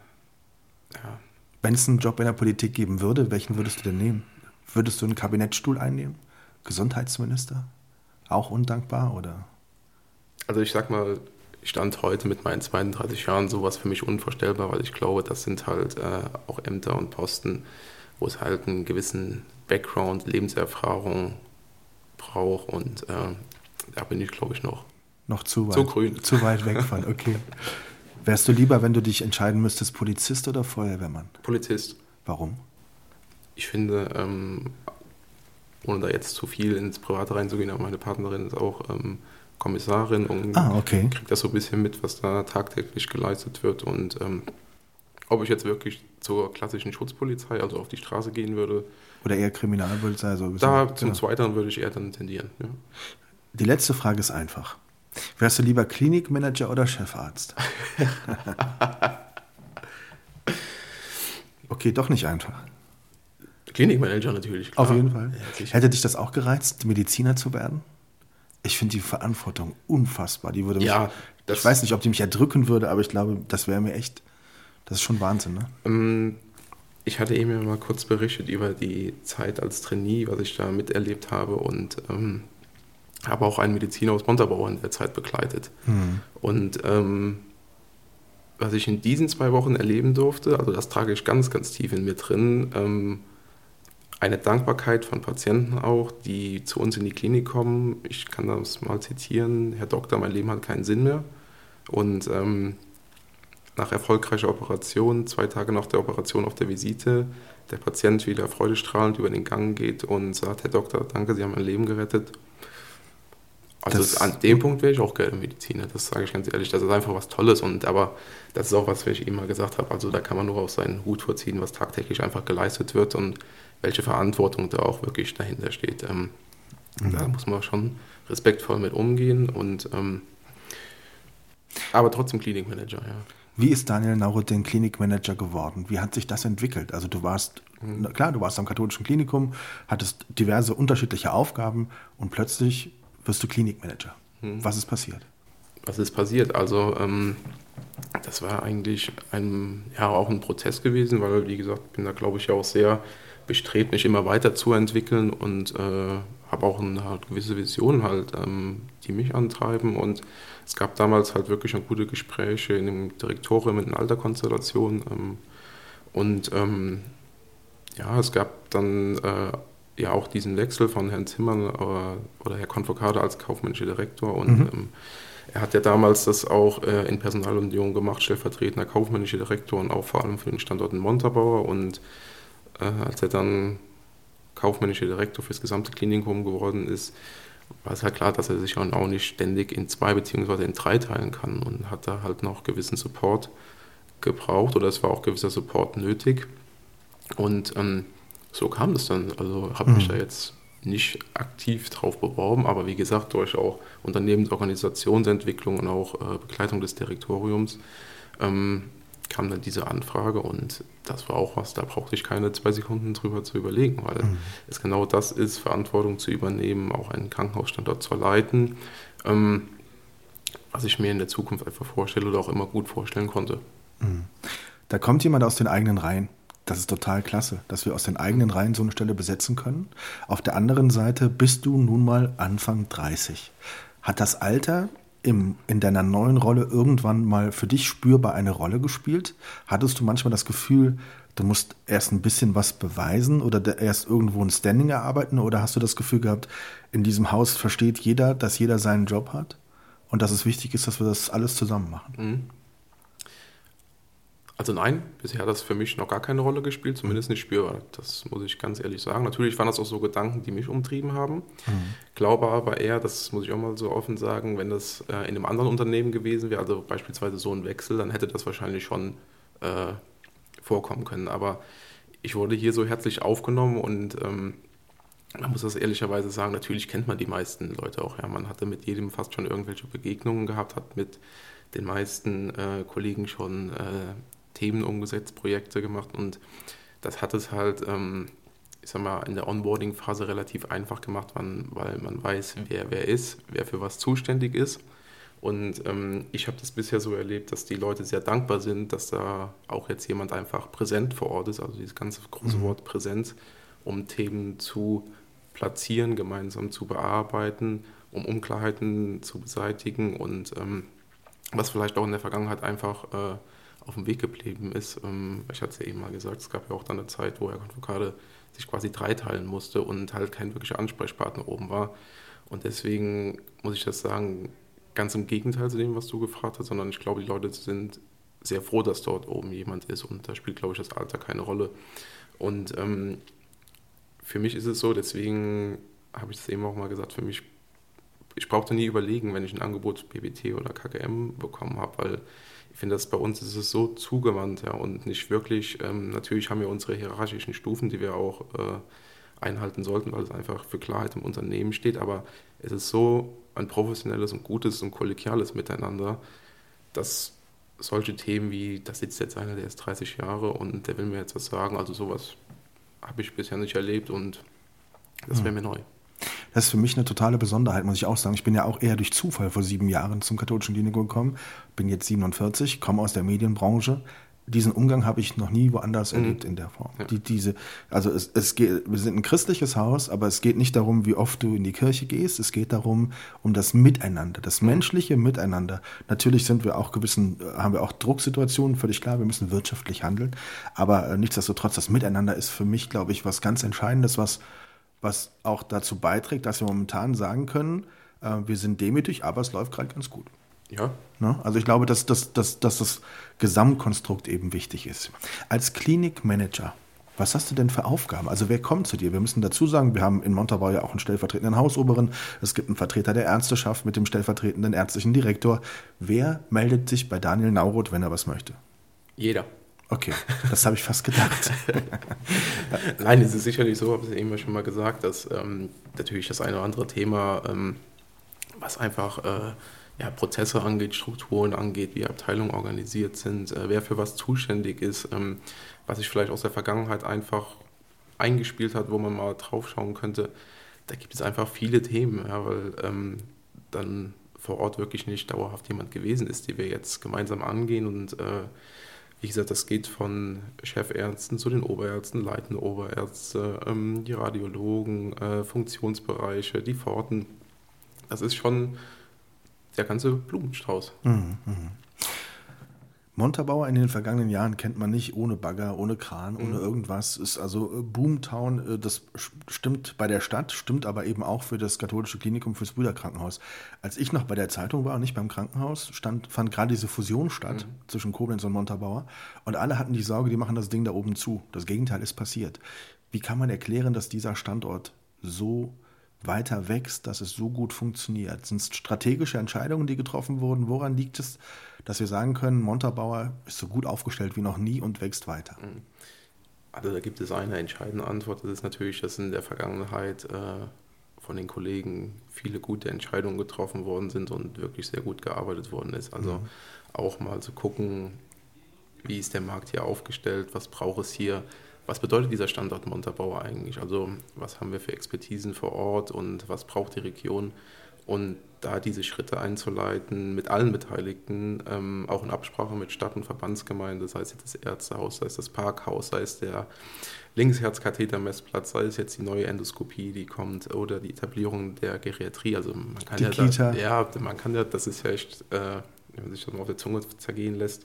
Wenn es einen Job in der Politik geben würde, welchen würdest du denn nehmen? Würdest du einen Kabinettsstuhl einnehmen? Gesundheitsminister? Auch undankbar, oder? Also ich sag mal, Stand heute mit meinen 32 Jahren sowas für mich unvorstellbar, weil ich glaube, das sind halt auch Ämter und Posten, wo es halt einen gewissen Background, Lebenserfahrung braucht und da bin ich, glaube ich, noch zu weit, zu grün. Zu weit weg von, okay. Wärst du lieber, wenn du dich entscheiden müsstest, Polizist oder Feuerwehrmann? Polizist. Warum? Ich finde, ohne da jetzt zu viel ins Private reinzugehen, aber meine Partnerin ist auch Kommissarin und kriegt das so ein bisschen mit, was da tagtäglich geleistet wird. Und ob ich jetzt wirklich zur klassischen Schutzpolizei, also auf die Straße gehen würde. Oder eher Kriminalpolizei. So ein bisschen, da zum Zweiteren würde ich eher dann tendieren. Ja. Die letzte Frage ist einfach. Wärst du lieber Klinikmanager oder Chefarzt? Okay, doch nicht einfach. Klinikmanager natürlich, klar. Auf jeden Fall. Ja, hätte dich das auch gereizt, Mediziner zu werden? Ich finde die Verantwortung unfassbar. Die würde mich, ich weiß nicht, ob die mich erdrücken würde, aber ich glaube, das wäre mir echt, das ist schon Wahnsinn, ne? Ich hatte eben mal kurz berichtet über die Zeit als Trainee, was ich da miterlebt habe und habe auch einen Mediziner aus Montabaur in der Zeit begleitet. Und was ich in diesen 2 Wochen erleben durfte, also das trage ich ganz, ganz tief in mir drin, eine Dankbarkeit von Patienten auch, die zu uns in die Klinik kommen. Ich kann das mal zitieren: Herr Doktor, mein Leben hat keinen Sinn mehr. Und nach erfolgreicher Operation, 2 Tage nach der Operation auf der Visite, der Patient wieder freudestrahlend über den Gang geht und sagt: Herr Doktor, danke, Sie haben mein Leben gerettet. Also an dem Punkt wäre ich auch gerne Mediziner, das sage ich ganz ehrlich. Das ist einfach was Tolles, aber das ist auch was, was ich immer gesagt habe. Also da kann man nur auf seinen Hut vorziehen, was tagtäglich einfach geleistet wird und welche Verantwortung da auch wirklich dahinter steht. Da muss man schon respektvoll mit umgehen und aber trotzdem Klinikmanager, ja. Wie ist Daniel Nauruddin Klinikmanager geworden? Wie hat sich das entwickelt? Also du warst am katholischen Klinikum, hattest diverse unterschiedliche Aufgaben und plötzlich wirst du Klinikmanager. Was ist passiert? Was ist passiert? Also das war eigentlich auch ein Prozess gewesen, weil, wie gesagt, bin da, glaube ich, auch sehr bestrebt, mich immer weiterzuentwickeln und habe habe auch eine halt gewisse Vision halt, die mich antreiben. Und es gab damals halt wirklich schon gute Gespräche in dem Direktorium in alter Konstellation. Und ja, es gab dann ja auch diesen Wechsel von Herrn Zimmern oder Herr Konfokade als kaufmännischer Direktor. Und er hat ja damals das auch in Personalunion gemacht, stellvertretender kaufmännischer Direktor und auch vor allem für den Standort in Montabaur. Und als er dann kaufmännischer Direktor für das gesamte Klinikum geworden ist, war es halt klar, dass er sich auch nicht ständig in 2 beziehungsweise in 3 teilen kann und hat da halt noch gewissen Support gebraucht oder es war auch gewisser Support nötig. Und so kam das dann. Also habe mich da jetzt nicht aktiv drauf beworben, aber wie gesagt, durch auch Unternehmensorganisationsentwicklung und auch Begleitung des Direktoriums kam dann diese Anfrage und das war auch was, da brauchte ich keine 2 Sekunden drüber zu überlegen, weil es genau das ist, Verantwortung zu übernehmen, auch einen Krankenhausstandort zu leiten, was ich mir in der Zukunft einfach vorstelle oder auch immer gut vorstellen konnte. Da kommt jemand aus den eigenen Reihen. Das ist total klasse, dass wir aus den eigenen Reihen so eine Stelle besetzen können. Auf der anderen Seite bist du nun mal Anfang 30. Hat das Alter in deiner neuen Rolle irgendwann mal für dich spürbar eine Rolle gespielt? Hattest du manchmal das Gefühl, du musst erst ein bisschen was beweisen oder erst irgendwo ein Standing erarbeiten? Oder hast du das Gefühl gehabt, in diesem Haus versteht jeder, dass jeder seinen Job hat und dass es wichtig ist, dass wir das alles zusammen machen? Also nein, bisher hat das für mich noch gar keine Rolle gespielt, zumindest nicht spürbar. Das muss ich ganz ehrlich sagen. Natürlich waren das auch so Gedanken, die mich umtrieben haben. Glaube aber eher, das muss ich auch mal so offen sagen, wenn das in einem anderen Unternehmen gewesen wäre, also beispielsweise so ein Wechsel, dann hätte das wahrscheinlich schon vorkommen können. Aber ich wurde hier so herzlich aufgenommen und man muss das ehrlicherweise sagen, natürlich kennt man die meisten Leute auch. Ja. Man hatte mit jedem fast schon irgendwelche Begegnungen gehabt, hat mit den meisten Kollegen schon Themen umgesetzt, Projekte gemacht und das hat es halt, ich sag mal, in der Onboarding-Phase relativ einfach gemacht, weil man weiß, wer ist, wer für was zuständig ist und ich habe das bisher so erlebt, dass die Leute sehr dankbar sind, dass da auch jetzt jemand einfach präsent vor Ort ist, also dieses ganze große Wort Präsenz, um Themen zu platzieren, gemeinsam zu bearbeiten, um Unklarheiten zu beseitigen und was vielleicht auch in der Vergangenheit einfach auf dem Weg geblieben ist. Ich hatte es ja eben mal gesagt, es gab ja auch dann eine Zeit, wo Herr Konfokade sich quasi 3 teilen musste und halt kein wirklicher Ansprechpartner oben war. Und deswegen muss ich das sagen, ganz im Gegenteil zu dem, was du gefragt hast, sondern ich glaube, die Leute sind sehr froh, dass dort oben jemand ist und da spielt, glaube ich, das Alter keine Rolle. Und für mich ist es so, deswegen habe ich das eben auch mal gesagt, für mich, ich brauchte nie überlegen, wenn ich ein Angebot PBT oder KKM bekommen habe, weil ich finde, dass bei uns ist es so zugewandt, ja, und nicht wirklich, natürlich haben wir unsere hierarchischen Stufen, die wir auch einhalten sollten, weil es einfach für Klarheit im Unternehmen steht, aber es ist so ein professionelles und gutes und kollegiales Miteinander, dass solche Themen wie, da sitzt jetzt einer, der ist 30 Jahre und der will mir jetzt was sagen, also sowas habe ich bisher nicht erlebt und das wäre mir neu. Das ist für mich eine totale Besonderheit, muss ich auch sagen. Ich bin ja auch eher durch Zufall vor 7 Jahren zum katholischen Klinikum gekommen, bin jetzt 47, komme aus der Medienbranche. Diesen Umgang habe ich noch nie woanders erlebt in der Form. Ja. Also es geht, wir sind ein christliches Haus, aber es geht nicht darum, wie oft du in die Kirche gehst. Es geht darum, um das Miteinander, das menschliche Miteinander. Natürlich haben wir auch Drucksituationen, völlig klar, wir müssen wirtschaftlich handeln. Aber nichtsdestotrotz, das Miteinander ist für mich, glaube ich, was ganz Entscheidendes, was auch dazu beiträgt, dass wir momentan sagen können, wir sind demütig, aber es läuft gerade ganz gut. Ja. Ne? Also ich glaube, dass das Gesamtkonstrukt eben wichtig ist. Als Klinikmanager, was hast du denn für Aufgaben? Also wer kommt zu dir? Wir müssen dazu sagen, wir haben in Montabaur ja auch einen stellvertretenden Hausoberen, es gibt einen Vertreter der Ärzteschaft mit dem stellvertretenden ärztlichen Direktor. Wer meldet sich bei Daniel Nauroth, wenn er was möchte? Jeder. Okay, das habe ich fast gedacht. Nein, es ist sicherlich so, habe ich eben schon mal gesagt, dass natürlich das eine oder andere Thema, was einfach Prozesse angeht, Strukturen angeht, wie Abteilungen organisiert sind, wer für was zuständig ist, was sich vielleicht aus der Vergangenheit einfach eingespielt hat, wo man mal drauf schauen könnte. Da gibt es einfach viele Themen, ja, weil dann vor Ort wirklich nicht dauerhaft jemand gewesen ist, die wir jetzt gemeinsam angehen und Wie gesagt, das geht von Chefärzten zu den Oberärzten, leitende Oberärzte, die Radiologen, Funktionsbereiche, die Pforten. Das ist schon der ganze Blumenstrauß. Montabaur in den vergangenen Jahren kennt man nicht ohne Bagger, ohne Kran, ohne irgendwas. Ist also Boomtown, das stimmt bei der Stadt, stimmt aber eben auch für das katholische Klinikum fürs Brüderkrankenhaus. Als ich noch bei der Zeitung war, nicht beim Krankenhaus, fand gerade diese Fusion statt zwischen Koblenz und Montabaur und alle hatten die Sorge, die machen das Ding da oben zu. Das Gegenteil ist passiert. Wie kann man erklären, dass dieser Standort so weiter wächst, dass es so gut funktioniert? Sind es strategische Entscheidungen, die getroffen wurden? Woran liegt es, dass wir sagen können, Montabaur ist so gut aufgestellt wie noch nie und wächst weiter? Also da gibt es eine entscheidende Antwort. Das ist natürlich, dass in der Vergangenheit von den Kollegen viele gute Entscheidungen getroffen worden sind und wirklich sehr gut gearbeitet worden ist. Also auch mal zu gucken, wie ist der Markt hier aufgestellt, was braucht es hier, was bedeutet dieser Standort Montabaur eigentlich? Also was haben wir für Expertisen vor Ort und was braucht die Region? Und da diese Schritte einzuleiten mit allen Beteiligten, auch in Absprache mit Stadt- und Verbandsgemeinde, sei es jetzt das Ärztehaus, sei es das Parkhaus, sei es der Linksherzkathetermessplatz, sei es jetzt die neue Endoskopie, die kommt, oder die Etablierung der Geriatrie. Also man kann die ja Kita. man kann ja, das ist ja echt, wenn man sich das mal auf der Zunge zergehen lässt,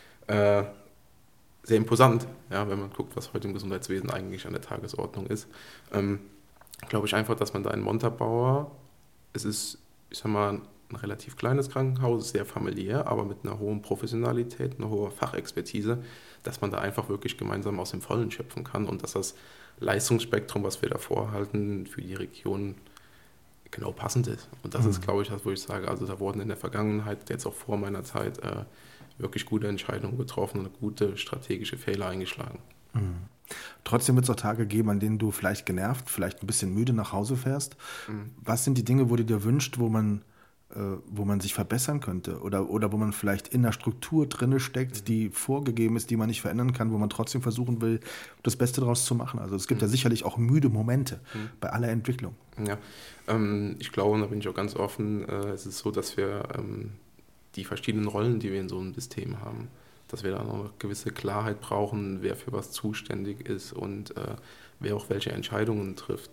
sehr imposant, ja, wenn man guckt, was heute im Gesundheitswesen eigentlich an der Tagesordnung ist. Glaube ich einfach, dass man da in Montabaur, es ist, ich sag mal, ein relativ kleines Krankenhaus, sehr familiär, aber mit einer hohen Professionalität, einer hohen Fachexpertise, dass man da einfach wirklich gemeinsam aus dem Vollen schöpfen kann und dass das Leistungsspektrum, was wir da vorhalten, für die Region genau passend ist. Und das ist, glaube ich, das, wo ich sage, also da wurden in der Vergangenheit, jetzt auch vor meiner Zeit, wirklich gute Entscheidungen getroffen und gute strategische Fehler eingeschlagen. Trotzdem wird es auch Tage geben, an denen du vielleicht genervt, vielleicht ein bisschen müde nach Hause fährst. Was sind die Dinge, wo du dir wünschst, wo man sich verbessern könnte oder wo man vielleicht in der Struktur drinne steckt, die vorgegeben ist, die man nicht verändern kann, wo man trotzdem versuchen will, das Beste daraus zu machen? Also es gibt ja sicherlich auch müde Momente bei aller Entwicklung. Ja, ich glaube, und da bin ich auch ganz offen, es ist so, dass wir die verschiedenen Rollen, die wir in so einem System haben, dass wir da noch eine gewisse Klarheit brauchen, wer für was zuständig ist und wer auch welche Entscheidungen trifft.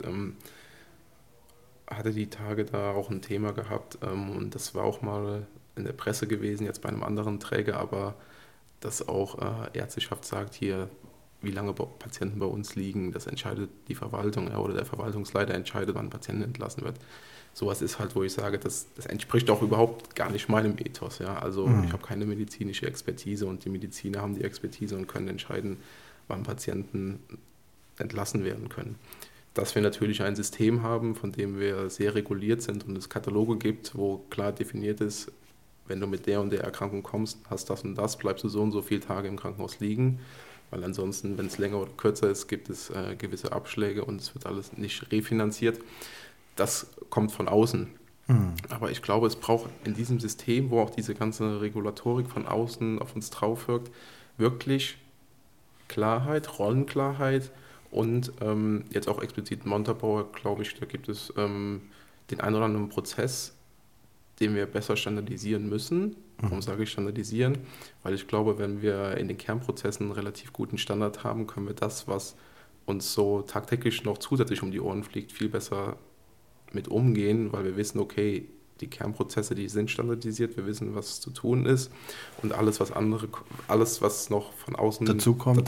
Hatte die Tage da auch ein Thema gehabt und das war auch mal in der Presse gewesen, jetzt bei einem anderen Träger, aber dass auch Ärzteschaft sagt, hier, wie lange Patienten bei uns liegen, das entscheidet die Verwaltung, ja, oder der Verwaltungsleiter entscheidet, wann ein Patient entlassen wird. Sowas ist halt, wo ich sage, das entspricht auch überhaupt gar nicht meinem Ethos. Ja? Also ich habe keine medizinische Expertise und die Mediziner haben die Expertise und können entscheiden, wann Patienten entlassen werden können. Dass wir natürlich ein System haben, von dem wir sehr reguliert sind und es Kataloge gibt, wo klar definiert ist, wenn du mit der und der Erkrankung kommst, hast das und das, bleibst du so und so viele Tage im Krankenhaus liegen. Weil ansonsten, wenn es länger oder kürzer ist, gibt es gewisse Abschläge und es wird alles nicht refinanziert. Das kommt von außen. Aber ich glaube, es braucht in diesem System, wo auch diese ganze Regulatorik von außen auf uns drauf wirkt, wirklich Klarheit, Rollenklarheit und jetzt auch explizit Montabaur, glaube ich, da gibt es den einen oder anderen Prozess, den wir besser standardisieren müssen. Warum sage ich standardisieren? Weil ich glaube, wenn wir in den Kernprozessen einen relativ guten Standard haben, können wir das, was uns so tagtäglich noch zusätzlich um die Ohren fliegt, viel besser mit umgehen, weil wir wissen, okay, die Kernprozesse, die sind standardisiert, wir wissen, was zu tun ist und alles, was noch von außen dazukommt,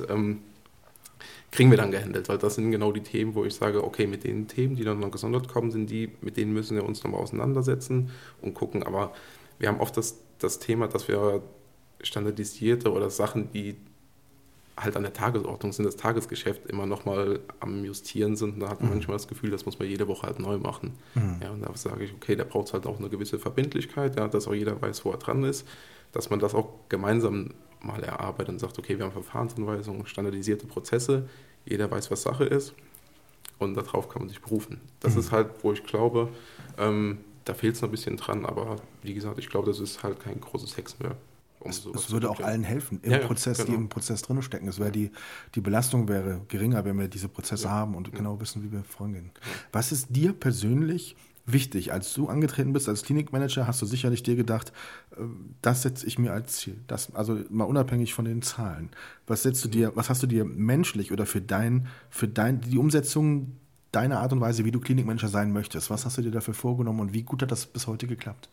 kriegen wir dann gehandelt, weil das sind genau die Themen, wo ich sage, okay, mit den Themen, die dann noch gesondert kommen, mit denen müssen wir uns nochmal auseinandersetzen und gucken, aber wir haben oft das Thema, dass wir standardisierte oder Sachen, die halt an der Tagesordnung sind, das Tagesgeschäft immer nochmal am Justieren sind. Und da hat man manchmal das Gefühl, das muss man jede Woche halt neu machen. Ja, und da sage ich, okay, da braucht es halt auch eine gewisse Verbindlichkeit, ja, dass auch jeder weiß, wo er dran ist, dass man das auch gemeinsam mal erarbeitet und sagt, okay, wir haben Verfahrensanweisungen, standardisierte Prozesse, jeder weiß, was Sache ist und darauf kann man sich berufen. Das ist halt, wo ich glaube, da fehlt es noch ein bisschen dran, aber wie gesagt, ich glaube, das ist halt kein großes Hexenwerk. Es würde auch allen helfen im Prozess, genau, die im Prozess drin stecken. Es wäre die Belastung wäre geringer, wenn wir diese Prozesse haben und genau wissen, wie wir vorangehen. Was ist dir persönlich wichtig? Als du angetreten bist als Klinikmanager, hast du sicherlich dir gedacht, das setze ich mir als Ziel. Das, also mal unabhängig von den Zahlen. Was hast du dir menschlich oder für die Umsetzung deiner Art und Weise, wie du Klinikmanager sein möchtest, was hast du dir dafür vorgenommen und wie gut hat das bis heute geklappt?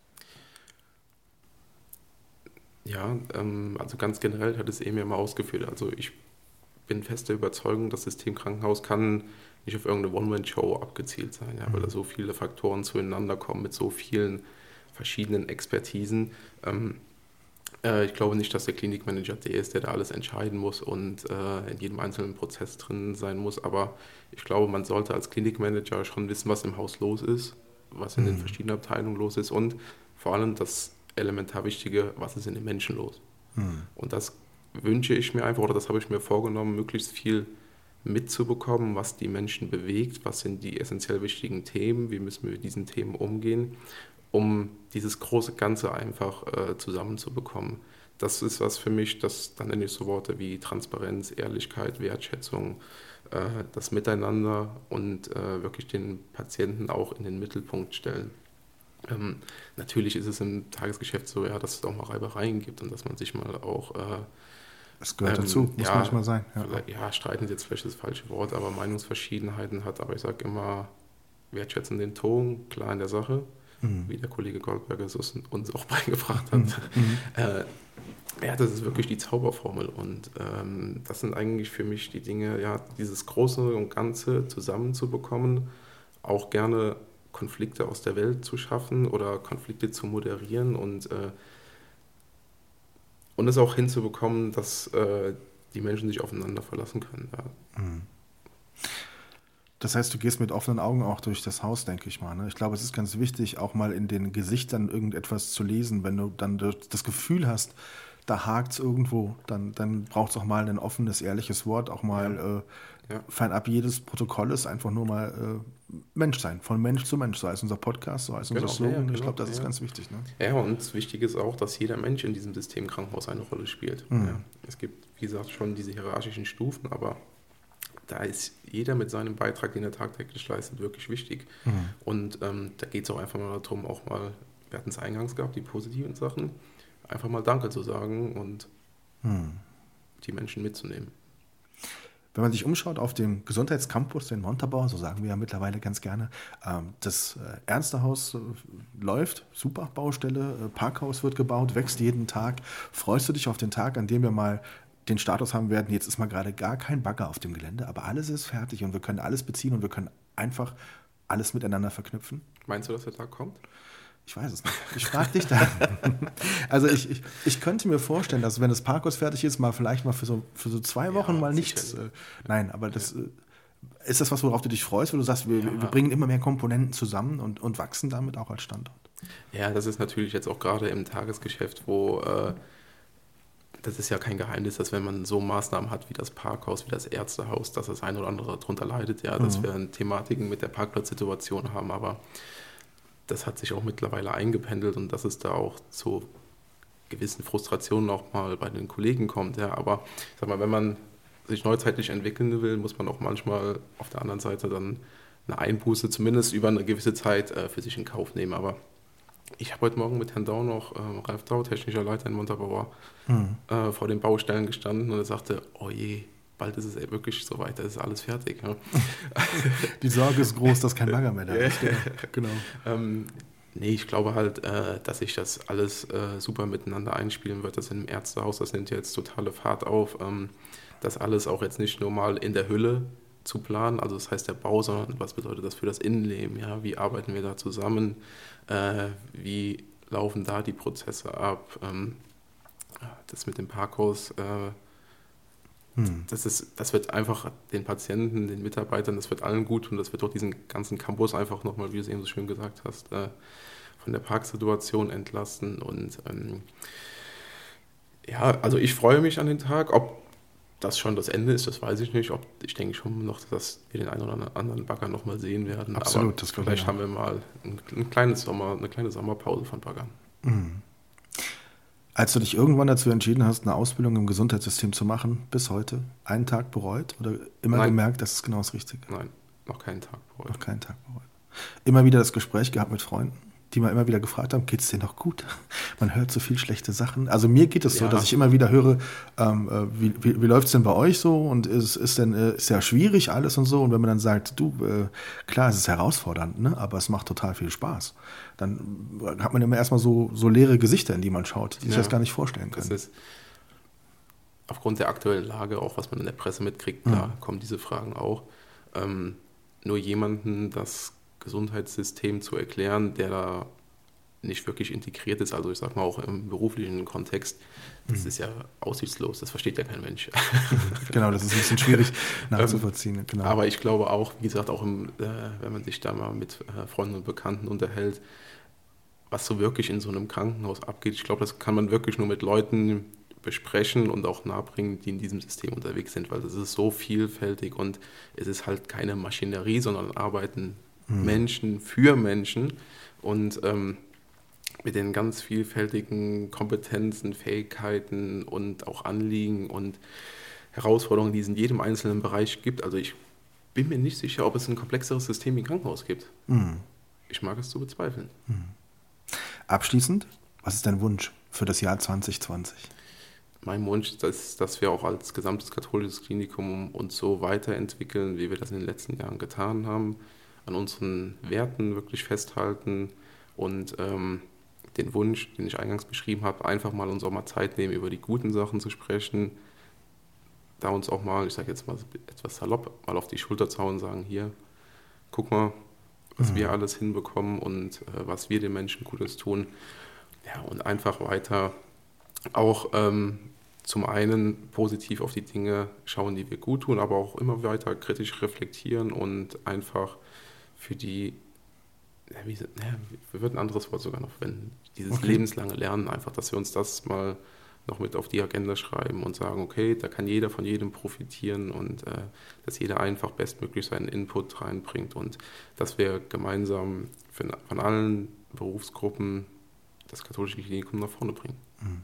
Ja, also ganz generell hat es eben ja mal ausgeführt. Also ich bin fest der Überzeugung, das System Krankenhaus kann nicht auf irgendeine One-Man-Show abgezielt sein, ja, weil da so viele Faktoren zueinander kommen mit so vielen verschiedenen Expertisen. Ich glaube nicht, dass der Klinikmanager der ist, der da alles entscheiden muss und in jedem einzelnen Prozess drin sein muss. Aber ich glaube, man sollte als Klinikmanager schon wissen, was im Haus los ist, was in den verschiedenen Abteilungen los ist und vor allem das elementar Wichtige, was ist in den Menschen los. Und das wünsche ich mir einfach, oder das habe ich mir vorgenommen, möglichst viel mitzubekommen, was die Menschen bewegt, was sind die essentiell wichtigen Themen, wie müssen wir mit diesen Themen umgehen, um dieses große Ganze einfach zusammenzubekommen. Das ist was für mich, dann nenne ich so Worte wie Transparenz, Ehrlichkeit, Wertschätzung, das Miteinander und wirklich den Patienten auch in den Mittelpunkt stellen. Natürlich ist es im Tagesgeschäft so, ja, dass es auch mal Reibereien gibt und dass man sich mal auch das gehört dazu, muss manchmal sein. Ja, streiten ist jetzt vielleicht das falsche Wort, aber Meinungsverschiedenheiten hat. Aber ich sage immer, wertschätzen den Ton, klar in der Sache, wie der Kollege Goldberger es uns auch beigebracht hat. Ja, das ist wirklich die Zauberformel. Und das sind eigentlich für mich die Dinge, ja, dieses Große und Ganze zusammenzubekommen, auch gerne Konflikte aus der Welt zu schaffen oder Konflikte zu moderieren und es auch hinzubekommen, dass die Menschen sich aufeinander verlassen können. Ja. Das heißt, du gehst mit offenen Augen auch durch das Haus, denke ich mal. Ne? Ich glaube, es ist ganz wichtig, auch mal in den Gesichtern irgendetwas zu lesen. Wenn du dann das Gefühl hast, da hakt es irgendwo, dann braucht es auch mal ein offenes, ehrliches Wort, auch mal fernab jedes Protokolles, einfach nur mal Mensch sein, von Mensch zu Mensch, so heißt unser Podcast, so heißt unser Slogan. Ich glaube, das ist ganz wichtig. Ne? Ja, und wichtig ist auch, dass jeder Mensch in diesem System Krankenhaus eine Rolle spielt. Ja. Es gibt, wie gesagt, schon diese hierarchischen Stufen, aber da ist jeder mit seinem Beitrag, den er tagtäglich leistet, wirklich wichtig. Und da geht es auch einfach mal darum, auch mal, wir hatten es eingangs gehabt, die positiven Sachen, einfach mal Danke zu sagen und die Menschen mitzunehmen. Wenn man sich umschaut auf dem Gesundheitscampus in Montabaur, so sagen wir ja mittlerweile ganz gerne, das Ärztehaus läuft, super Baustelle, Parkhaus wird gebaut, wächst jeden Tag. Freust du dich auf den Tag, an dem wir mal den Status haben werden, jetzt ist mal gerade gar kein Bagger auf dem Gelände, aber alles ist fertig und wir können alles beziehen und wir können einfach alles miteinander verknüpfen? Meinst du, dass der Tag kommt? Ich weiß es nicht. Ich frage dich da. Also ich könnte mir vorstellen, dass wenn das Parkhaus fertig ist, mal vielleicht mal für so 2 Wochen mal nichts. Nein, aber das ist das was, worauf du dich freust, wo du sagst, wir bringen immer mehr Komponenten zusammen und wachsen damit auch als Standort. Ja, das ist natürlich jetzt auch gerade im Tagesgeschäft, wo das ist ja kein Geheimnis, dass wenn man so Maßnahmen hat wie das Parkhaus, wie das Ärztehaus, dass das ein oder andere darunter leidet, ja, dass wir Thematiken mit der Parkplatzsituation haben, aber das hat sich auch mittlerweile eingependelt und dass es da auch zu gewissen Frustrationen auch mal bei den Kollegen kommt. Ja. Aber ich sag mal, wenn man sich neuzeitlich entwickeln will, muss man auch manchmal auf der anderen Seite dann eine Einbuße zumindest über eine gewisse Zeit für sich in Kauf nehmen. Aber ich habe heute Morgen mit Herrn Dau noch, Ralf Dau, technischer Leiter in Montabaur, vor den Baustellen gestanden und er sagte, oh je, bald ist es wirklich soweit, da ist alles fertig. Ja. Die Sorge ist groß, dass kein Bagger mehr da ist. Genau. Nee, ich glaube halt, dass sich das alles super miteinander einspielen wird. Das im Ärztehaus, das nimmt jetzt totale Fahrt auf. Das alles auch jetzt nicht nur mal in der Hülle zu planen, also das heißt der Bau, sondern was bedeutet das für das Innenleben? Ja? Wie arbeiten wir da zusammen? Wie laufen da die Prozesse ab? Das mit dem Parkhaus, das wird einfach den Patienten, den Mitarbeitern, das wird allen gut tun, das wird auch diesen ganzen Campus einfach nochmal, wie du es eben so schön gesagt hast, von der Parksituation entlasten. Und ja, also ich freue mich an den Tag. Ob das schon das Ende ist, das weiß ich nicht. Ich denke schon noch, dass wir den einen oder anderen Bagger nochmal sehen werden. Absolut, aber das vielleicht haben wir mal eine kleine Sommerpause von Baggern. Als du dich irgendwann dazu entschieden hast, eine Ausbildung im Gesundheitssystem zu machen, bis heute, einen Tag bereut oder immer gemerkt, das ist genau das Richtige? Nein, noch keinen Tag bereut. Noch keinen Tag bereut. Immer wieder das Gespräch gehabt mit Freunden, die mal immer wieder gefragt haben, geht's dir noch gut? Man hört so viel schlechte Sachen. Also mir geht es so, dass ich immer wieder höre, wie läuft's denn bei euch so? Und ist ja schwierig alles und so. Und wenn man dann sagt, klar, es ist herausfordernd, ne? Aber es macht total viel Spaß. Dann hat man immer erstmal so leere Gesichter, in die man schaut, die sich das gar nicht vorstellen können. Das ist aufgrund der aktuellen Lage, auch was man in der Presse mitkriegt, klar, kommen diese Fragen auch. Nur jemanden das Gesundheitssystem zu erklären, der da nicht wirklich integriert ist, also ich sag mal auch im beruflichen Kontext, das ist ja aussichtslos, das versteht ja kein Mensch. Genau, das ist ein bisschen schwierig nachzuvollziehen. Genau. Aber ich glaube auch, wie gesagt, auch wenn man sich da mal mit Freunden und Bekannten unterhält, was so wirklich in so einem Krankenhaus abgeht, ich glaube, das kann man wirklich nur mit Leuten besprechen und auch nahebringen, die in diesem System unterwegs sind, weil das ist so vielfältig und es ist halt keine Maschinerie, sondern arbeiten Menschen für Menschen und mit den ganz vielfältigen Kompetenzen, Fähigkeiten und auch Anliegen und Herausforderungen, die es in jedem einzelnen Bereich gibt. Also ich bin mir nicht sicher, ob es ein komplexeres System wie ein Krankenhaus gibt. Ich mag es zu bezweifeln. Abschließend, was ist dein Wunsch für das Jahr 2020? Mein Wunsch ist, dass wir auch als gesamtes katholisches Klinikum uns so weiterentwickeln, wie wir das in den letzten Jahren getan haben, an unseren Werten wirklich festhalten und den Wunsch, den ich eingangs beschrieben habe, einfach mal uns auch mal Zeit nehmen, über die guten Sachen zu sprechen, da uns auch mal, ich sage jetzt mal etwas salopp, mal auf die Schulter zauen und sagen, hier, guck mal, was wir alles hinbekommen und was wir den Menschen Gutes tun. Ja, und einfach weiter auch zum einen positiv auf die Dinge schauen, die wir gut tun, aber auch immer weiter kritisch reflektieren und einfach für die, wir würden ein anderes Wort sogar noch verwenden, dieses lebenslange Lernen einfach, dass wir uns das mal noch mit auf die Agenda schreiben und sagen, okay, da kann jeder von jedem profitieren und dass jeder einfach bestmöglich seinen Input reinbringt und dass wir gemeinsam von allen Berufsgruppen das katholische Klinikum nach vorne bringen.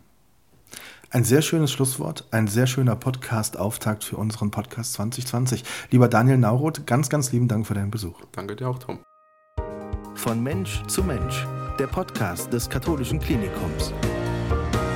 Ein sehr schönes Schlusswort, ein sehr schöner Podcast-Auftakt für unseren Podcast 2020. Lieber Daniel Nauroth, ganz, ganz lieben Dank für deinen Besuch. Danke dir auch, Tom. Von Mensch zu Mensch, der Podcast des katholischen Klinikums.